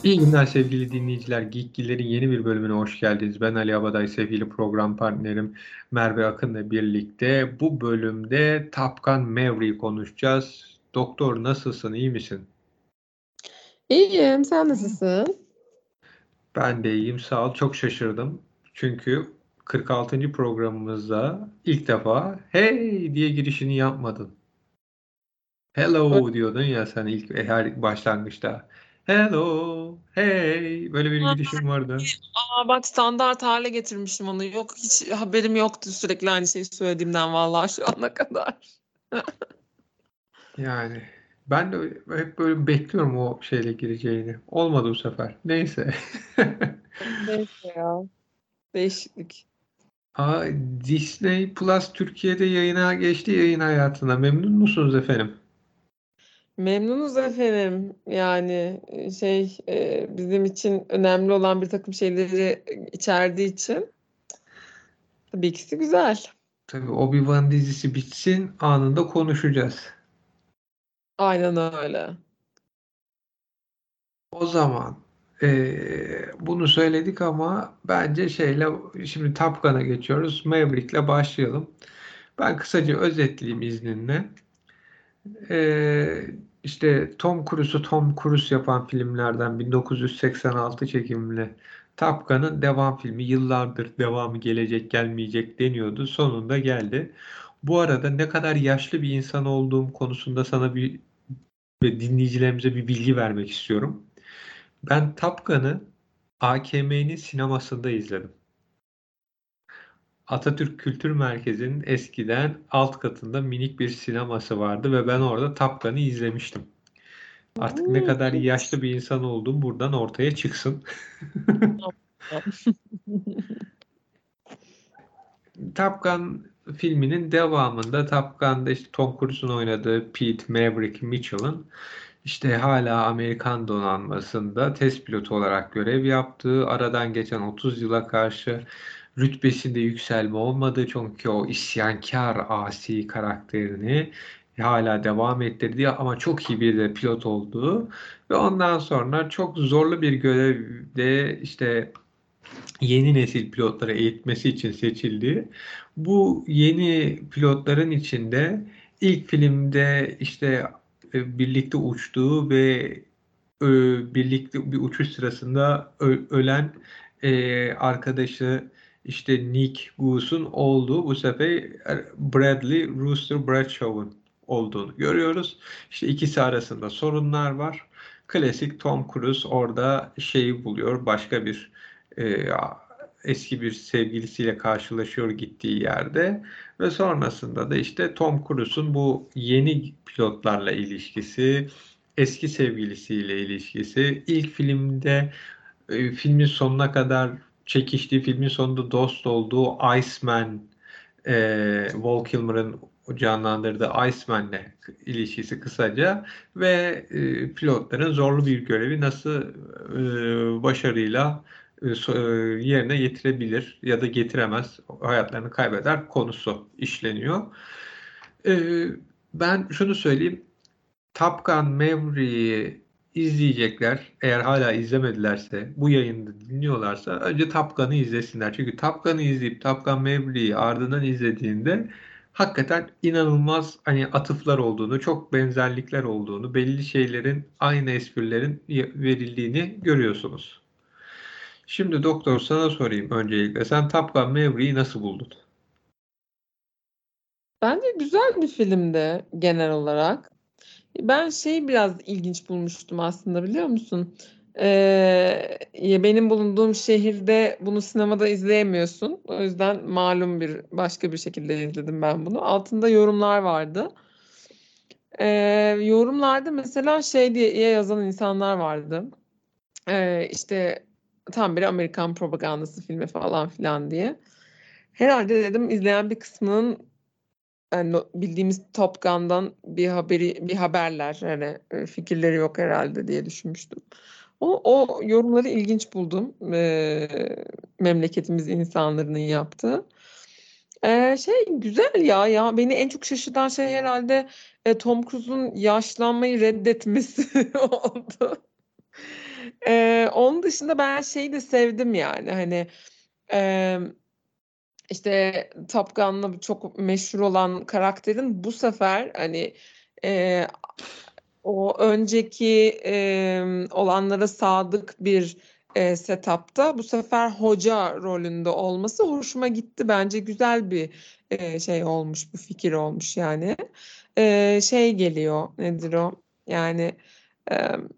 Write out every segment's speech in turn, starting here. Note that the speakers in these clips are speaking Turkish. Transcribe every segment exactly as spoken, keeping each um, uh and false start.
İyi günler sevgili dinleyiciler. Geekgiler'in yeni bir bölümüne hoş geldiniz. Ben Ali Abaday, sevgili program partnerim Merve Akın'la birlikte bu bölümde Top Gun Maverick'i konuşacağız. Doktor nasılsın, iyi misin? İyiyim, sen nasılsın? Ben de iyiyim, sağ ol. Çok şaşırdım. Çünkü kırk altıncı programımızda ilk defa hey diye girişini yapmadın. Ö- Hello diyordun ya sen ilk her başlangıçta. Hello, hey böyle bir girişim vardı. Aa, bak standart hale getirmişim onu. Yok hiç haberim yoktu sürekli aynı şeyi söylediğimden vallahi şu ana kadar. Yani ben de hep böyle bekliyorum o şeyle gireceğini. Olmadı bu sefer. Neyse. Neyse ya. Değişiklik. Aa, Disney Plus Türkiye'de yayına geçti, yayın hayatına. Memnun musunuz efendim? Memnunuz efendim. Yani e, şey e, bizim için önemli olan bir takım şeyleri içerdiği için tabii ki güzel. Tabii Obi-Wan dizisi bitsin, anında konuşacağız. Aynen öyle. O zaman eee, bunu söyledik ama bence şeyle şimdi Top Gun'a geçiyoruz. Maverick'le başlayalım. Ben kısaca özetleyeyim izninle. Ee, işte Tom Cruise'u Tom Cruise yapan filmlerden bin dokuz yüz seksen altı çekimli Top Gun'ın devam filmi. Yıllardır devamı gelecek gelmeyecek deniyordu. Sonunda geldi. Bu arada ne kadar yaşlı bir insan olduğum konusunda sana bir ve dinleyicilerimize bir bilgi vermek istiyorum. Ben Top Gun'ı A K M'nin sinemasında izledim. Atatürk Kültür Merkezi'nin eskiden alt katında minik bir sineması vardı ve ben orada Top Gun'ı izlemiştim. Artık ne Hmm. kadar yaşlı bir insan olduğum buradan ortaya çıksın. Top Gun filminin devamında Top Gun'da işte Tom Cruise'un oynadığı Pete Maverick Mitchell'ın işte hala Amerikan donanmasında test pilotu olarak görev yaptığı, aradan geçen otuz yıla karşı rütbesinde yükselme olmadığı, çünkü o isyankar asi karakterini hala devam ettirdiği ama çok iyi bir de pilot olduğu ve ondan sonra çok zorlu bir görevde işte yeni nesil pilotları eğitmesi için seçildi. Bu yeni pilotların içinde ilk filmde işte e, birlikte uçtuğu ve e, birlikte bir uçuş sırasında ö- ölen e, arkadaşı işte Nick Goose'un olduğu, bu sefer Bradley Rooster Bradshaw'un olduğunu görüyoruz. İşte ikisi arasında sorunlar var. Klasik Tom Cruise orada şeyi buluyor, başka bir e, eski bir sevgilisiyle karşılaşıyor gittiği yerde ve sonrasında da işte Tom Cruise'un bu yeni pilotlarla ilişkisi, eski sevgilisiyle ilişkisi, ilk filmde e, filmin sonuna kadar çekiştiği, filmin sonunda dost olduğu Iceman, e, Val Kilmer'ın canlandırdığı Iceman'le ilişkisi kısaca ve e, pilotların zorlu bir görevi nasıl e, başarıyla e, so- e, yerine getirebilir ya da getiremez, hayatlarını kaybeder konusu işleniyor. E, Ben şunu söyleyeyim. Top Gun Maverick'i izleyecekler. Eğer hala izlemedilerse, bu yayını dinliyorlarsa önce Top Gun'ı izlesinler. Çünkü Top Gun'ı izleyip Top Gun Maverick'i ardından izlediğinde hakikaten inanılmaz hani atıflar olduğunu, çok benzerlikler olduğunu, belli şeylerin, aynı esprilerin verildiğini görüyorsunuz. Şimdi doktor sana sorayım öncelikle. Sen Top Gun Maverick'i nasıl buldun? Bence güzel bir filmdi genel olarak. Ben şeyi biraz ilginç bulmuştum aslında biliyor musun? Ee, ya benim bulunduğum şehirde bunu sinemada izleyemiyorsun. O yüzden malum bir başka bir şekilde izledim ben bunu. Altında yorumlar vardı. Ee, Yorumlarda mesela şey diye yazan insanlar vardı. Ee, işte tam bir Amerikan propagandası filmi falan filan diye. Herhalde dedim izleyen bir kısmının yani no- bildiğimiz Top Gun'dan bir haberi bir haberler hani e, fikirleri yok herhalde diye düşünmüştüm. O, o yorumları ilginç buldum. Ee, memleketimiz insanların yaptığı. Ee, şey güzel ya ya beni en çok şaşırtan şey herhalde e, Tom Cruise'un yaşlanmayı reddetmesi oldu. Ee, onun dışında ben şeyi de sevdim yani hani e, işte Top Gun'la çok meşhur olan karakterin bu sefer hani e, o önceki e, olanlara sadık bir e, setupta bu sefer hoca rolünde olması hoşuma gitti. Bence güzel bir e, şey olmuş, bir fikir olmuş yani. E, şey geliyor, nedir o? Yani e,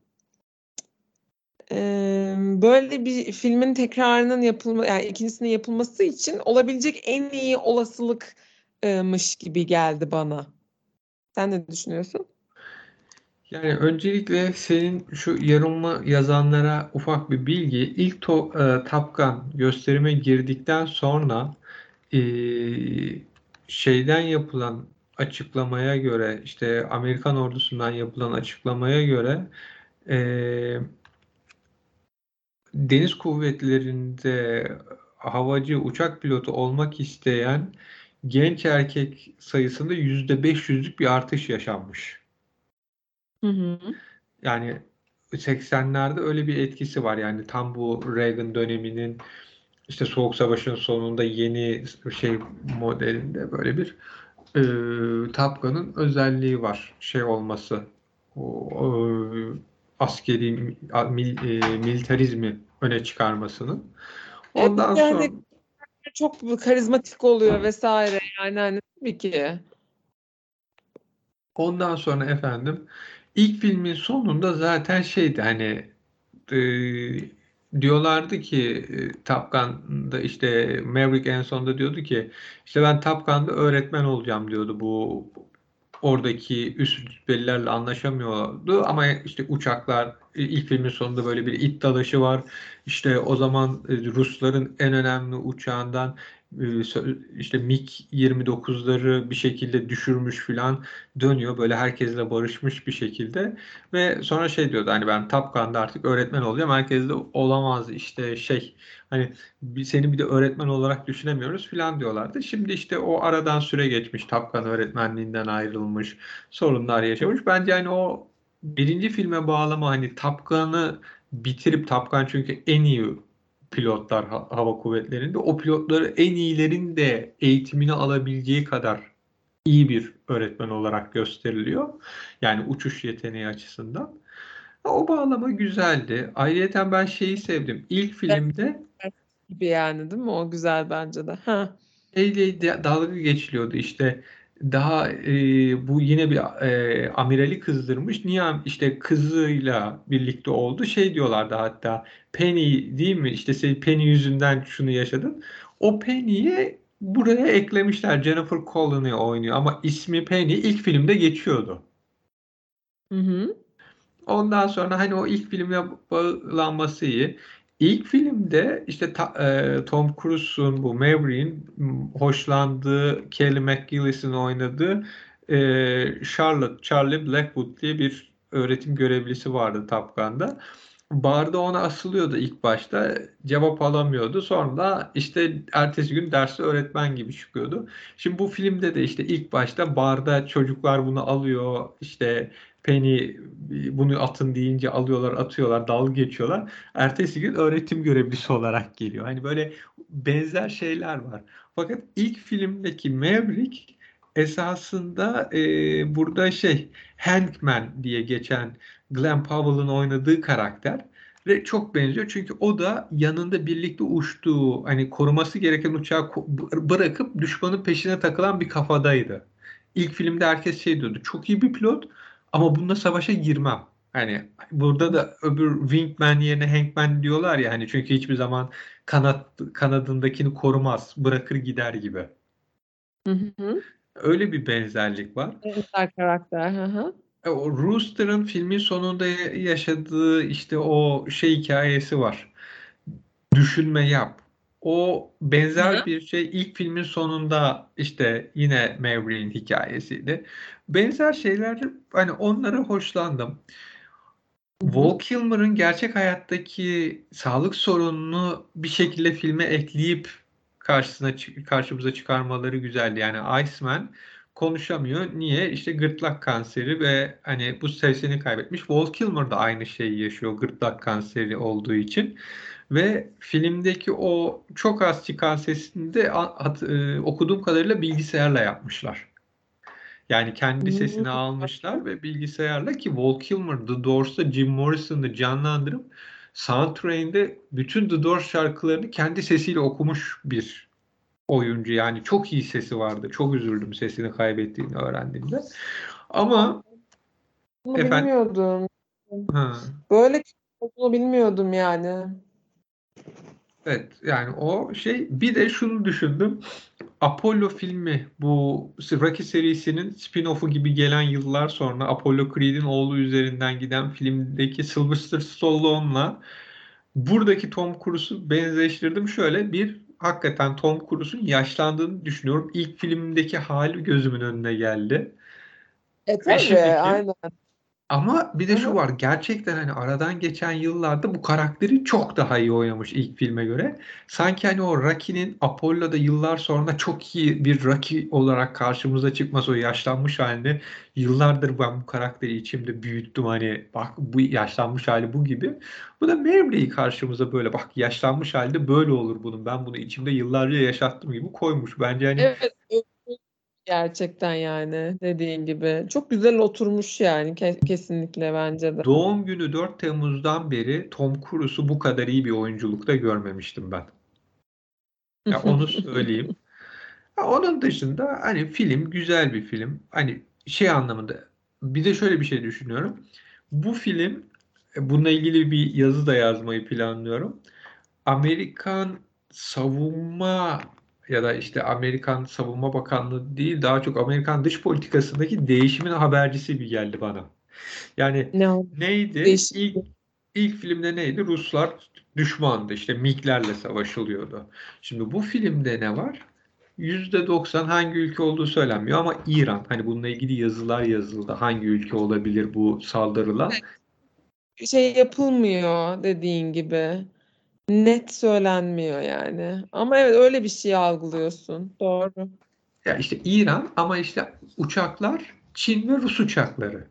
e, böyle bir filmin tekrarının yapılma, yani ikincisinin yapılması için olabilecek en iyi olasılıkmış gibi geldi bana. Sen ne düşünüyorsun? Yani öncelikle senin şu yorumla yazanlara ufak bir bilgi. İlk to, e, Top Gun gösterime girdikten sonra e, şeyden yapılan açıklamaya göre işte Amerikan ordusundan yapılan açıklamaya göre e, deniz kuvvetlerinde havacı uçak pilotu olmak isteyen genç erkek sayısında yüzde beş yüzlük bir artış yaşanmış. Hı hı. Yani seksenlerde öyle bir etkisi var. Yani tam bu Reagan döneminin işte Soğuk Savaş'ın sonunda yeni şey modelinde böyle bir e, Top Gun'ın özelliği var. Şey olması. O, o, askeri mil, e, militarizmi öne çıkarmasının. Evet, Ondan sonra yani çok karizmatik oluyor vesaire yani hani tabii ki. ondan sonra efendim ilk filmin sonunda zaten şeydi hani e, diyorlardı ki e, Top Gun'da işte Maverick en sonunda diyordu ki işte ben Top Gun'da öğretmen olacağım diyordu bu oradaki üst rütbelilerle anlaşamıyordu ama işte uçaklar e, ilk filmin sonunda böyle bir it dalaşı var. İşte o zaman e, Rusların en önemli uçağından e, sö- işte MiG yirmi dokuzları bir şekilde düşürmüş filan dönüyor. Böyle herkesle barışmış bir şekilde ve sonra şey diyordu hani ben Top Gun'da artık öğretmen olacağım. Herkes de olamaz işte şey hani bir- seni bir de öğretmen olarak düşünemiyoruz filan diyorlardı. Şimdi işte o aradan süre geçmiş. Top Gun öğretmenliğinden ayrılmış. Sorunlar yaşamış. Bence hani o birinci filme bağlama hani Top Gun'ı bitirip Top Gun çünkü en iyi pilotlar ha- hava kuvvetlerinde. O pilotları en iyilerin de eğitimini alabileceği kadar iyi bir öğretmen olarak gösteriliyor. Yani uçuş yeteneği açısından. O bağlama güzeldi. Ayrıca ben şeyi sevdim. İlk filmde Gibi yani değil mi? O güzel bence de. Ha. şeyle de- dalga geçiliyordu işte daha e, bu yine bir e, amirali kızdırmış. Niye işte kızıyla birlikte oldu? Şey diyorlardı hatta Penny değil mi? İşte sen Penny yüzünden şunu yaşadın. O Penny'yi buraya eklemişler. Jennifer Connelly oynuyor ama ismi Penny ilk filmde geçiyordu. Hı hı. Ondan sonra hani o ilk filmle bağlanması iyi. İlk filmde işte ta- e, Tom Cruise'un bu Maverick'in m, hoşlandığı Kelly McGillis'in oynadığı e, Charlotte, Charlie Blackwood diye bir öğretim görevlisi vardı Top Gun'da. Barda ona asılıyordu ilk başta. Cevap alamıyordu. Sonra işte ertesi gün derste öğretmen gibi çıkıyordu. Şimdi bu filmde de işte ilk başta barda çocuklar bunu alıyor. İşte Penny bunu atın deyince alıyorlar, atıyorlar, dalga geçiyorlar. Ertesi gün öğretim görevlisi olarak geliyor. Hani böyle benzer şeyler var. Fakat ilk filmdeki Maverick esasında e, burada şey Hankman diye geçen Glenn Powell'ın oynadığı karakter ve çok benziyor çünkü o da yanında birlikte uçtuğu hani koruması gereken uçağı ko- bırakıp düşmanın peşine takılan bir kafadaydı. İlk filmde herkes şey diyordu çok iyi bir pilot ama bununla savaşa girmem. Hani burada da öbür Wingman yerine Hankman diyorlar ya hani çünkü hiçbir zaman kanat kanadındakini korumaz, bırakır gider gibi. Hı hı. Öyle bir benzerlik var. Benzer karakter. Hı hı. E, O Rooster'ın filmin sonunda yaşadığı işte o şey hikayesi var. Düşünme yap. O benzer Hı bir şey ilk filmin sonunda işte yine Maverick'in hikayesiydi. Benzer şeyler hani onlara hoşlandım. Val hı. Kilmer'ın gerçek hayattaki sağlık sorununu bir şekilde filme ekleyip karşısına karşımıza çıkarmaları güzeldi. Yani Iceman konuşamıyor. Niye? İşte gırtlak kanseri ve hani bu sesini kaybetmiş. Val Kilmer da aynı şeyi yaşıyor gırtlak kanseri olduğu için. Ve filmdeki o çok az çıkan sesini de a- at- e, okuduğum kadarıyla bilgisayarla yapmışlar. Yani kendi Hmm. sesini almışlar ve bilgisayarla, ki Val Kilmer The Doors'ta Jim Morrison'ı canlandırıp Soundtrain'de bütün The Doors şarkılarını kendi sesiyle okumuş bir oyuncu. Yani çok iyi sesi vardı. Çok üzüldüm sesini kaybettiğini öğrendiğimde. Ama Bunu efendim, bilmiyordum. ha, Böyle olduğunu bilmiyordum yani. evet, yani o şey, bir de şunu düşündüm. Apollo filmi, bu Rocky serisinin spin-off'u gibi gelen yıllar sonra Apollo Creed'in oğlu üzerinden giden filmdeki Sylvester Stallone'la buradaki Tom Cruise'u benzeştirdim. Şöyle bir, hakikaten Tom Cruise'un yaşlandığını düşünüyorum. İlk filmdeki hali gözümün önüne geldi. E Ve tabii şimdiki, aynen. ama bir Hı de şu hı. var. Gerçekten hani aradan geçen yıllarda bu karakteri çok daha iyi oynamış ilk filme göre. Sanki hani o Rocky'nin Apollo'da yıllar sonra çok iyi bir Rocky olarak karşımıza çıkması, o yaşlanmış halini, yıllardır ben bu karakteri içimde büyüttüm, hani bak bu yaşlanmış hali bu gibi. Bu da Maverick'i karşımıza böyle, bak yaşlanmış halde böyle olur bunun, ben bunu içimde yıllarca yaşattım gibi koymuş. Bence hani Evet, gerçekten yani dediğin gibi. Çok güzel oturmuş yani ke- kesinlikle bence de. doğum günü dört Temmuz'dan beri Tom Cruise'u bu kadar iyi bir oyunculukta görmemiştim ben. Ya onu söyleyeyim. Ha, onun dışında hani film güzel bir film. Hani şey anlamında, bir de şöyle bir şey düşünüyorum. Bu film, e, bununla ilgili bir yazı da yazmayı planlıyorum. Amerikan savunma ya da işte Amerikan Savunma Bakanlığı değil, daha çok Amerikan dış politikasındaki değişimin habercisi bir geldi bana. Yani Ne oldu? neydi? Değişik. İlk ilk filmde neydi? Ruslar düşmandı. İşte MiG'lerle savaşılıyordu. Şimdi bu filmde ne var? yüzde doksan hangi ülke olduğu söylenmiyor ama İran. Hani bununla ilgili yazılar yazıldı. Hangi ülke olabilir bu saldırılan? Şey yapılmıyor dediğin gibi. Net söylenmiyor yani. Ama evet öyle bir şey algılıyorsun. Doğru. Ya işte İran, ama işte uçaklar Çin ve Rus uçakları.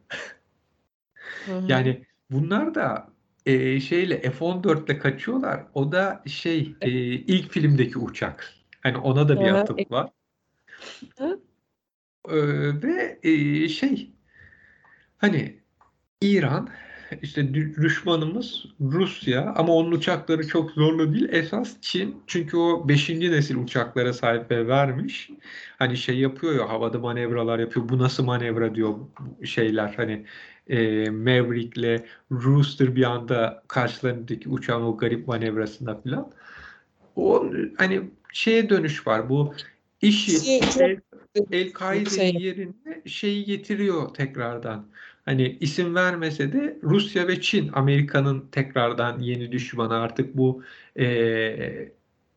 Hı hı. Yani bunlar da e, şeyle F on dört ile kaçıyorlar. O da şey, e, ilk filmdeki uçak. Hani ona da Hı bir hı. atıf var. Hı. Ee, ve e, şey, hani İran, işte dü- düşmanımız Rusya, ama onun uçakları çok zorlu değil. Esas Çin, çünkü o beşinci nesil uçaklara sahip ve vermiş. Hani şey yapıyor ya, havada manevralar yapıyor. Bu nasıl manevra diyor bu şeyler, hani e, Maverick'le Rooster bir anda karşılarındaki uçağın o garip manevrasında falan. O hani şeye dönüş var. Bu IŞİD, Şey çok El-Kaide'nin şey. yerine şeyi getiriyor tekrardan. Hani isim vermese de Rusya ve Çin, Amerika'nın tekrardan yeni düşmanı artık, bu e,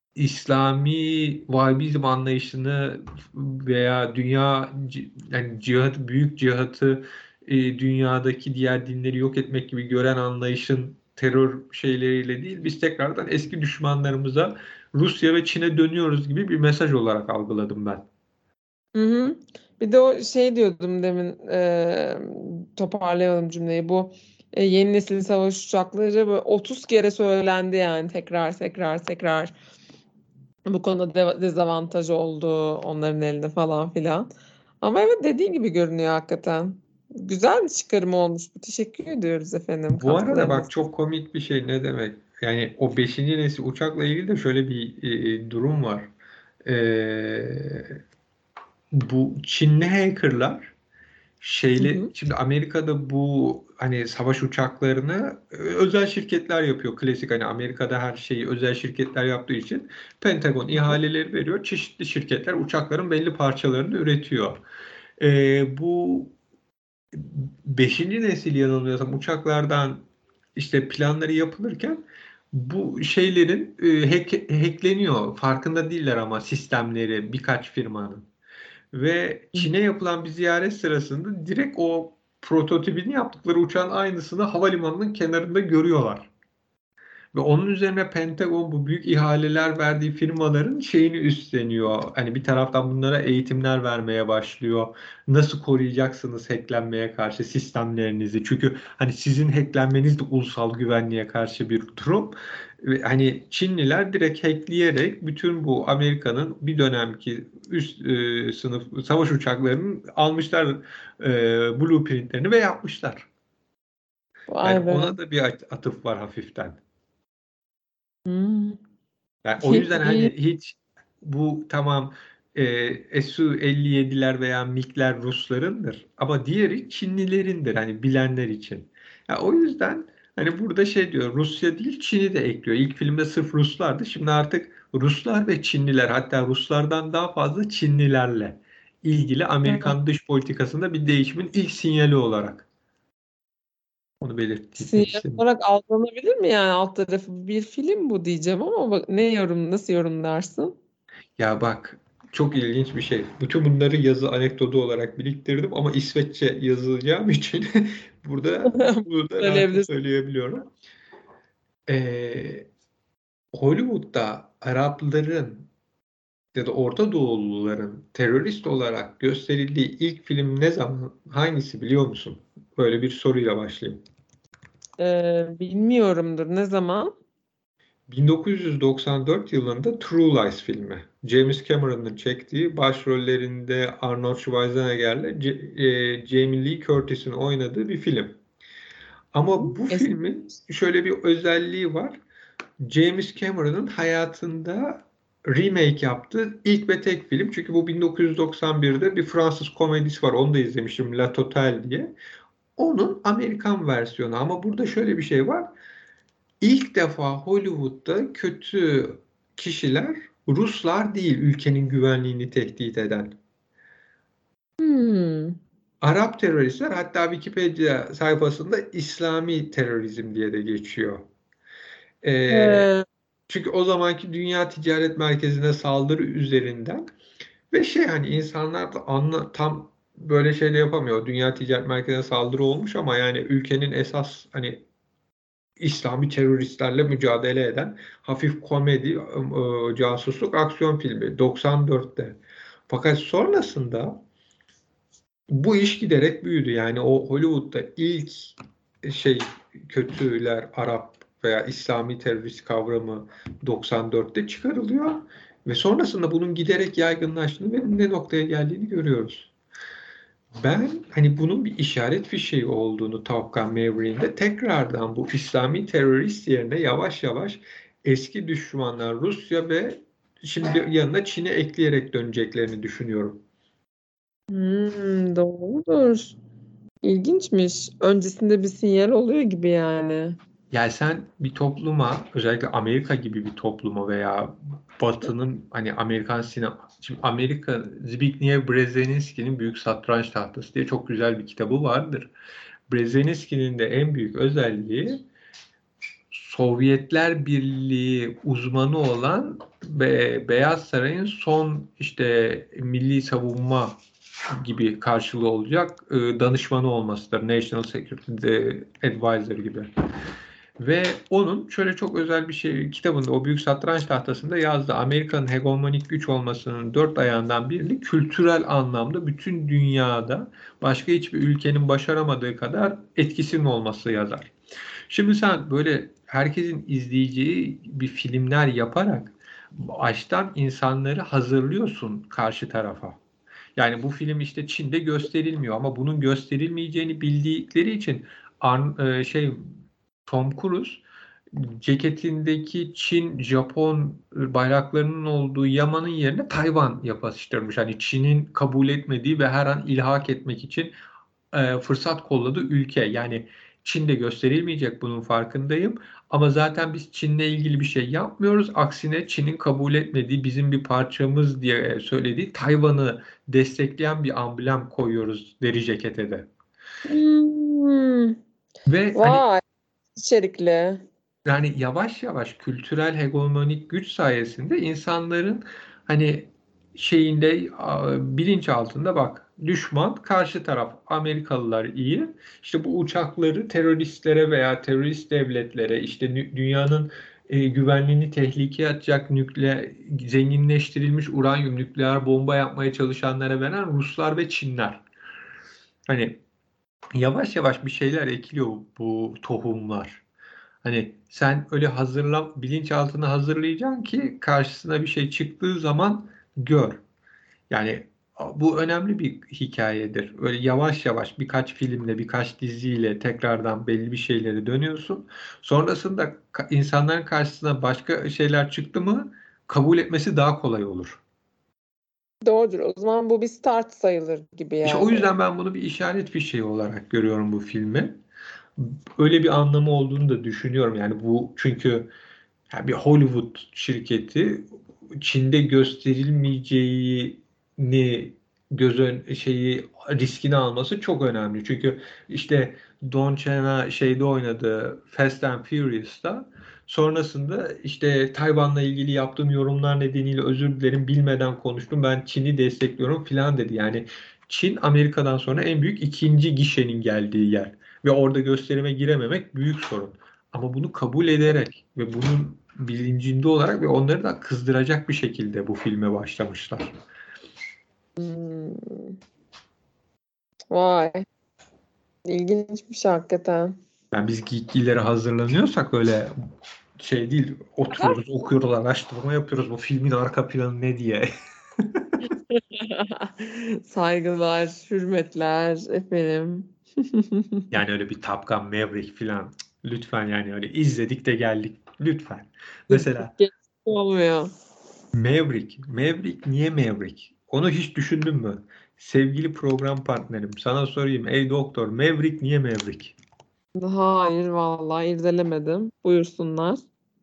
İslami Vahabizm anlayışını veya dünya ci- yani cihat, büyük cihatı, e, dünyadaki diğer dinleri yok etmek gibi gören anlayışın terör şeyleriyle değil, biz tekrardan eski düşmanlarımıza, Rusya ve Çin'e dönüyoruz gibi bir mesaj olarak algıladım ben. Hı hı. Bir de o şey diyordum demin e, toparlayalım cümleyi. Bu e, yeni nesil savaş uçakları böyle otuz kere söylendi yani tekrar tekrar tekrar. Bu konuda de- dezavantaj oldu onların elinde falan filan. Ama evet dediğin gibi görünüyor hakikaten. Güzel bir çıkarım olmuş bu. Teşekkür ediyoruz efendim Bu arada katkılarınız. bak, çok komik bir şey, ne demek? Yani o beşinci nesil uçakla ilgili de şöyle bir e, durum var. E, bu Çinli hackerlar Hı şeyle, hı. şimdi Amerika'da bu hani savaş uçaklarını e, özel şirketler yapıyor. Klasik, hani Amerika'da her şeyi özel şirketler yaptığı için Pentagon Hı hı. ihaleleri veriyor. Çeşitli şirketler uçakların belli parçalarını üretiyor. E, bu beşinci nesil, yanılmıyorsam, uçaklardan işte planları yapılırken bu şeylerin e, hack, hackleniyor. Farkında değiller ama sistemleri birkaç firmanın. Ve Çin'e yapılan bir ziyaret sırasında direkt o prototipini yaptıkları uçağın aynısını havalimanının kenarında görüyorlar. Ve onun üzerine Pentagon bu büyük ihaleler verdiği firmaların şeyini üstleniyor. Hani bir taraftan bunlara eğitimler vermeye başlıyor. Nasıl koruyacaksınız hacklenmeye karşı sistemlerinizi? Çünkü hani sizin hacklenmeniz de ulusal güvenliğe karşı bir durum. Ve hani Çinliler direkt hackleyerek bütün bu Amerika'nın bir dönemki üst e, sınıf savaş uçaklarının almışlar e, blueprintlerini ve yapmışlar. Vay Yani be. ona da bir at- atıf var hafiften. Hmm. Yani o yüzden hani İyi. hiç bu tamam e, S U elli yediler veya MiG'ler Ruslarındır ama diğeri Çinlilerindir hani bilenler için. Ya o yüzden hani burada şey diyor Rusya değil Çin'i de ekliyor. İlk filmde sırf Ruslardı. Şimdi artık Ruslar ve Çinliler hatta Ruslardan daha fazla Çinlilerle ilgili Evet. Amerikan dış politikasında bir değişimin ilk sinyali olarak onu belirtmek Sinyal istedim. olarak algılanabilir mi yani alt tarafı bir film bu diyeceğim ama bak ne yorum nasıl yorumlarsın? Ya bak çok ilginç bir şey. Bütün bunları yazı anekdotu olarak biriktirdim ama İsveççe yazılacağım için burada bunu da rahatça Söyleyebilirsin. söyleyebiliyorum. Ee, Hollywood'da Arapların ya da Orta Doğuluların terörist olarak gösterildiği ilk film ne zaman? Hangisi biliyor musun? Böyle bir soruyla başlayayım. Ee, bilmiyorumdur. Ne zaman? bin dokuz yüz doksan dört yılında True Lies filmi. James Cameron'ın çektiği başrollerinde Arnold Schwarzenegger'le C- e, Jamie Lee Curtis'in oynadığı bir film. Ama bu Eski. filmin şöyle bir özelliği var. James Cameron'ın hayatında remake yaptığı ilk ve tek film. Çünkü bu bin dokuz yüz doksan birde bir Fransız komedisi var. Onu da izlemiştim. La Totale diye. Onun Amerikan versiyonu. Ama burada şöyle bir şey var. İlk defa Hollywood'da kötü kişiler Ruslar değil ülkenin güvenliğini tehdit eden. Hmm. Arap teröristler hatta Wikipedia sayfasında İslami terörizm diye de geçiyor. Ee, Ee, çünkü o zamanki Dünya Ticaret Merkezi'ne saldırı üzerinden ve şey hani insanlar da anla, tam böyle şey de yapamıyor. Dünya Ticaret Merkezi'ne saldırı olmuş ama yani ülkenin esas hani İslami teröristlerle mücadele eden hafif komedi, e, casusluk aksiyon filmi doksan dörtte. Fakat sonrasında bu iş giderek büyüdü. Yani o Hollywood'da ilk şey kötüler Arap veya İslami terörist kavramı doksan dörtte çıkarılıyor ve sonrasında bunun giderek yaygınlaştığını ve ne noktaya geldiğini görüyoruz. Ben hani bunun bir işaret fişeği olduğunu Top Gun Maverick'inde tekrardan bu İslami terörist yerine yavaş yavaş eski düşmanlar Rusya ve şimdi yanına Çin'i ekleyerek döneceklerini düşünüyorum. hmm, doğrudur. İlginçmiş. Öncesinde bir sinyal oluyor gibi yani. Yani sen bir topluma özellikle Amerika gibi bir topluma veya Batı'nın hani Amerikan sinema şimdi Amerika Zbigniew Brzezinski'nin Büyük Satranç Tahtası diye çok güzel bir kitabı vardır. Brzezinski'nin de en büyük özelliği Sovyetler Birliği uzmanı olan Be Beyaz Saray'ın son işte milli savunma gibi karşılığı olacak e, danışmanı olmasıdır. National Security Advisor gibi. Ve onun şöyle çok özel bir şey kitabında o büyük satranç tahtasında yazdı. Amerika'nın hegemonik güç olmasının dört ayağından biri kültürel anlamda bütün dünyada başka hiçbir ülkenin başaramadığı kadar etkisinin olması yazar. Şimdi sen böyle herkesin izleyeceği bir filmler yaparak baştan insanları hazırlıyorsun karşı tarafa. Yani bu film işte Çin'de gösterilmiyor ama bunun gösterilmeyeceğini bildikleri için Ar- e, şey Tom Cruise ceketindeki Çin, Japon bayraklarının olduğu yamanın yerine Tayvan yapıştırmış. Hani Çin'in kabul etmediği ve her an ilhak etmek için e, fırsat kolladığı ülke. Yani Çin'de gösterilmeyecek bunun farkındayım. Ama zaten biz Çin'le ilgili bir şey yapmıyoruz. Aksine Çin'in kabul etmediği bizim bir parçamız diye söylediği Tayvan'ı destekleyen bir amblem koyuyoruz deri cekete de. Hmm. Ve hani Vay, içerikli. yani yavaş yavaş kültürel hegemonik güç sayesinde insanların hani şeyinde a, bilinç altında bak düşman karşı taraf Amerikalılar iyi. İşte bu uçakları teröristlere veya terörist devletlere işte nü- dünyanın e, güvenliğini tehlikeye atacak nükleer zenginleştirilmiş uranyum nükleer bomba yapmaya çalışanlara veren Ruslar ve Çinler. Hani yavaş yavaş bir şeyler ekiliyor bu tohumlar. Hani sen öyle hazırla bilinçaltını hazırlayacaksın ki karşısına bir şey çıktığı zaman gör. Yani bu önemli bir hikayedir. Öyle yavaş yavaş birkaç filmle, birkaç diziyle tekrardan belli bir şeyleri dönüyorsun. Sonrasında ka- insanların karşısına başka şeyler çıktı mı kabul etmesi daha kolay olur. Doğrudur. O zaman bu bir start sayılır gibi İşte o yani. yüzden ben bunu bir işaret fişeği olarak görüyorum bu filmi. Öyle bir anlamı olduğunu da düşünüyorum. Yani bu çünkü yani bir Hollywood şirketi Çin'de gösterilmeyeceğini göz ön şeyi riskini alması çok önemli. Çünkü işte Don Chen'a şeyde oynadı Fast and Furious'ta sonrasında işte Tayvan'la ilgili yaptığım yorumlar nedeniyle özür dilerim bilmeden konuştum. Ben Çin'i destekliyorum filan dedi. Yani Çin Amerika'dan sonra en büyük ikinci gişenin geldiği yer ve orada gösterime girememek büyük sorun. Ama bunu kabul ederek ve bunun bilincinde olarak ve onları da kızdıracak bir şekilde bu filme başlamışlar. Hmm. Vay. İlginçmiş hakikaten. Yani biz geekgilere hazırlanıyorsak öyle şey değil, oturuyoruz, okuyoruz, araştırma yapıyoruz. Bu filmin arka planı ne diye. Saygılar, hürmetler efendim. Yani öyle bir Top Gun Maverick falan. Lütfen yani öyle izledik de geldik. Lütfen. Mesela Geç olmuyor. Maverick. Maverick niye Maverick? Onu hiç düşündün mü? Sevgili program partnerim sana sorayım. Ey doktor Maverick niye Maverick? Hayır vallahi irdelemedim. Buyursunlar.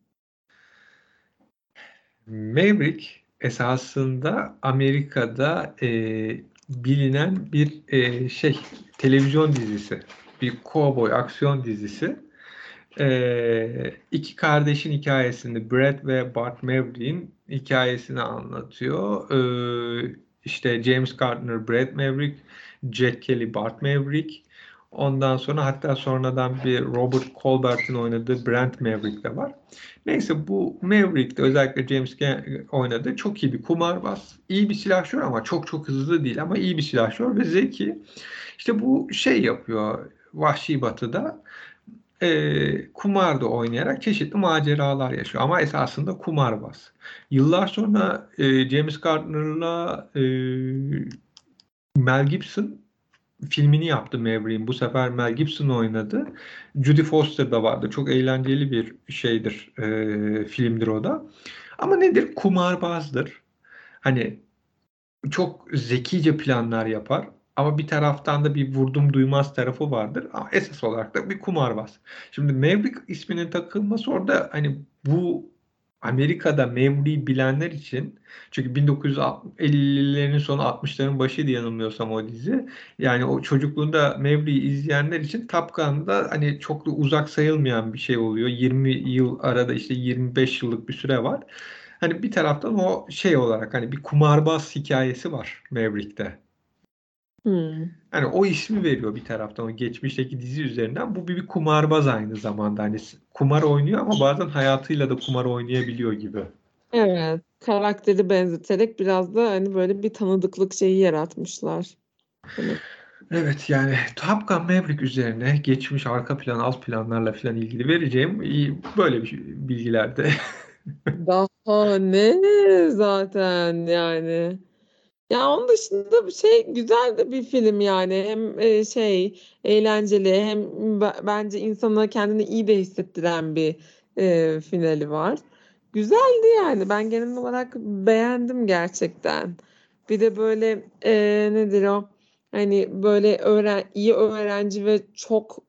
Maverick esasında Amerika'da e, bilinen bir e, şey televizyon dizisi. Bir kovboy aksiyon dizisi. E, iki kardeşin hikayesini Brad ve Bart Maverick'in hikayesini anlatıyor. E, işte James Gardner Brad Maverick, Jack Kelly Bart Maverick. Ondan sonra hatta sonradan bir Robert Colbert'in oynadığı Brent Maverick de var. Neyse bu Maverick'te özellikle James Gunn oynadığı çok iyi bir kumarbaz. İyi bir silahşör ama çok çok hızlı değil ama iyi bir silahşör ve zeki. İşte bu şey yapıyor Vahşi Batı'da e, kumar da oynayarak çeşitli maceralar yaşıyor. Ama esasında kumarbaz. Yıllar sonra e, James Gardner'la e, Mel Gibson filmini yaptı Maverick'in. Bu sefer Mel Gibson oynadı. Jodie Foster da vardı. Çok eğlenceli bir şeydir, e, filmdir o da. Ama nedir? Kumarbazdır. Hani çok zekice planlar yapar. Ama bir taraftan da bir vurdum duymaz tarafı vardır. Ama esas olarak da bir kumarbaz. Şimdi Maverick isminin takılması orada hani bu Amerika'da Maverick'i bilenler için çünkü bin dokuz yüz ellilerin sonu altmışların başıydı yanılmıyorsam o dizi. Yani o çocukluğunda Maverick'i izleyenler için Top Gun'da hani çok da uzak sayılmayan bir şey oluyor. yirmi yıl arada işte yirmi beş yıllık bir süre var. Hani bir taraftan o şey olarak hani bir kumarbaz hikayesi var Maverick'te. Hmm. Hani o ismi veriyor bir taraftan o geçmişteki dizi üzerinden. Bu bir, bir kumarbaz aynı zamanda. Hani kumar oynuyor ama bazen hayatıyla da kumar oynayabiliyor gibi. Evet, karakteri benzeterek biraz da hani böyle bir tanıdıklık şeyi yaratmışlar. Demek. Evet yani Top Gun Maverick üzerine geçmiş arka plan alt planlarla falan ilgili vereceğim iyi böyle bir bilgilerde. Daha ne zaten yani. Ya onun dışında bir şey güzel de bir film yani. Hem e, şey eğlenceli hem b- bence insana kendini iyi de hissettiren bir e, finali var. Güzeldi yani. Ben genel olarak beğendim gerçekten. Bir de böyle e, nedir o? Hani böyle öğren iyi öğrenci ve çok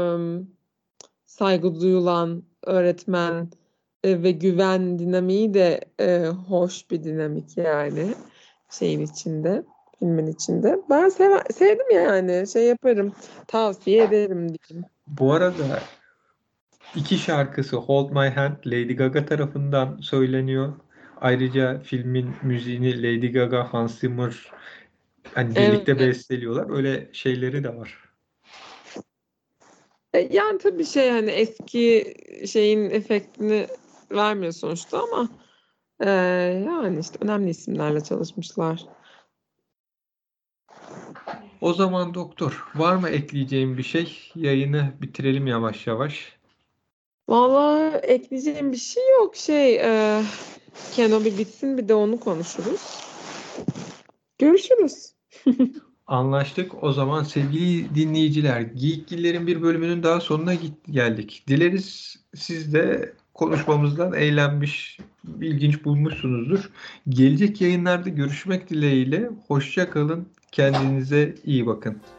saygı duyulan öğretmen e, ve güven dinamiği de e, hoş bir dinamik yani şeyin içinde, filmin içinde. Ben seve- sevdim yani şey yaparım, tavsiye ederim diyeyim. Bu arada iki şarkısı Hold My Hand Lady Gaga tarafından söyleniyor. Ayrıca filmin müziğini Lady Gaga, Hans Zimmer hani birlikte Evet. besteliyorlar. Öyle şeyleri de var. E, Yani tabii şey hani eski şeyin efektini vermiyor sonuçta ama e, yani işte önemli isimlerle çalışmışlar. O zaman doktor, var mı ekleyeceğim bir şey? Yayını bitirelim yavaş yavaş. Vallahi ekleyeceğim bir şey yok. Şey, e, Kenobi bitsin bir de onu konuşuruz. Görüşürüz. Anlaştık. O zaman sevgili dinleyiciler, Geyikgiller'in bir bölümünün daha sonuna git- geldik. Dileriz siz de konuşmamızdan eğlenmiş, ilginç bulmuşsunuzdur. Gelecek yayınlarda görüşmek dileğiyle. Hoşça kalın. Kendinize iyi bakın.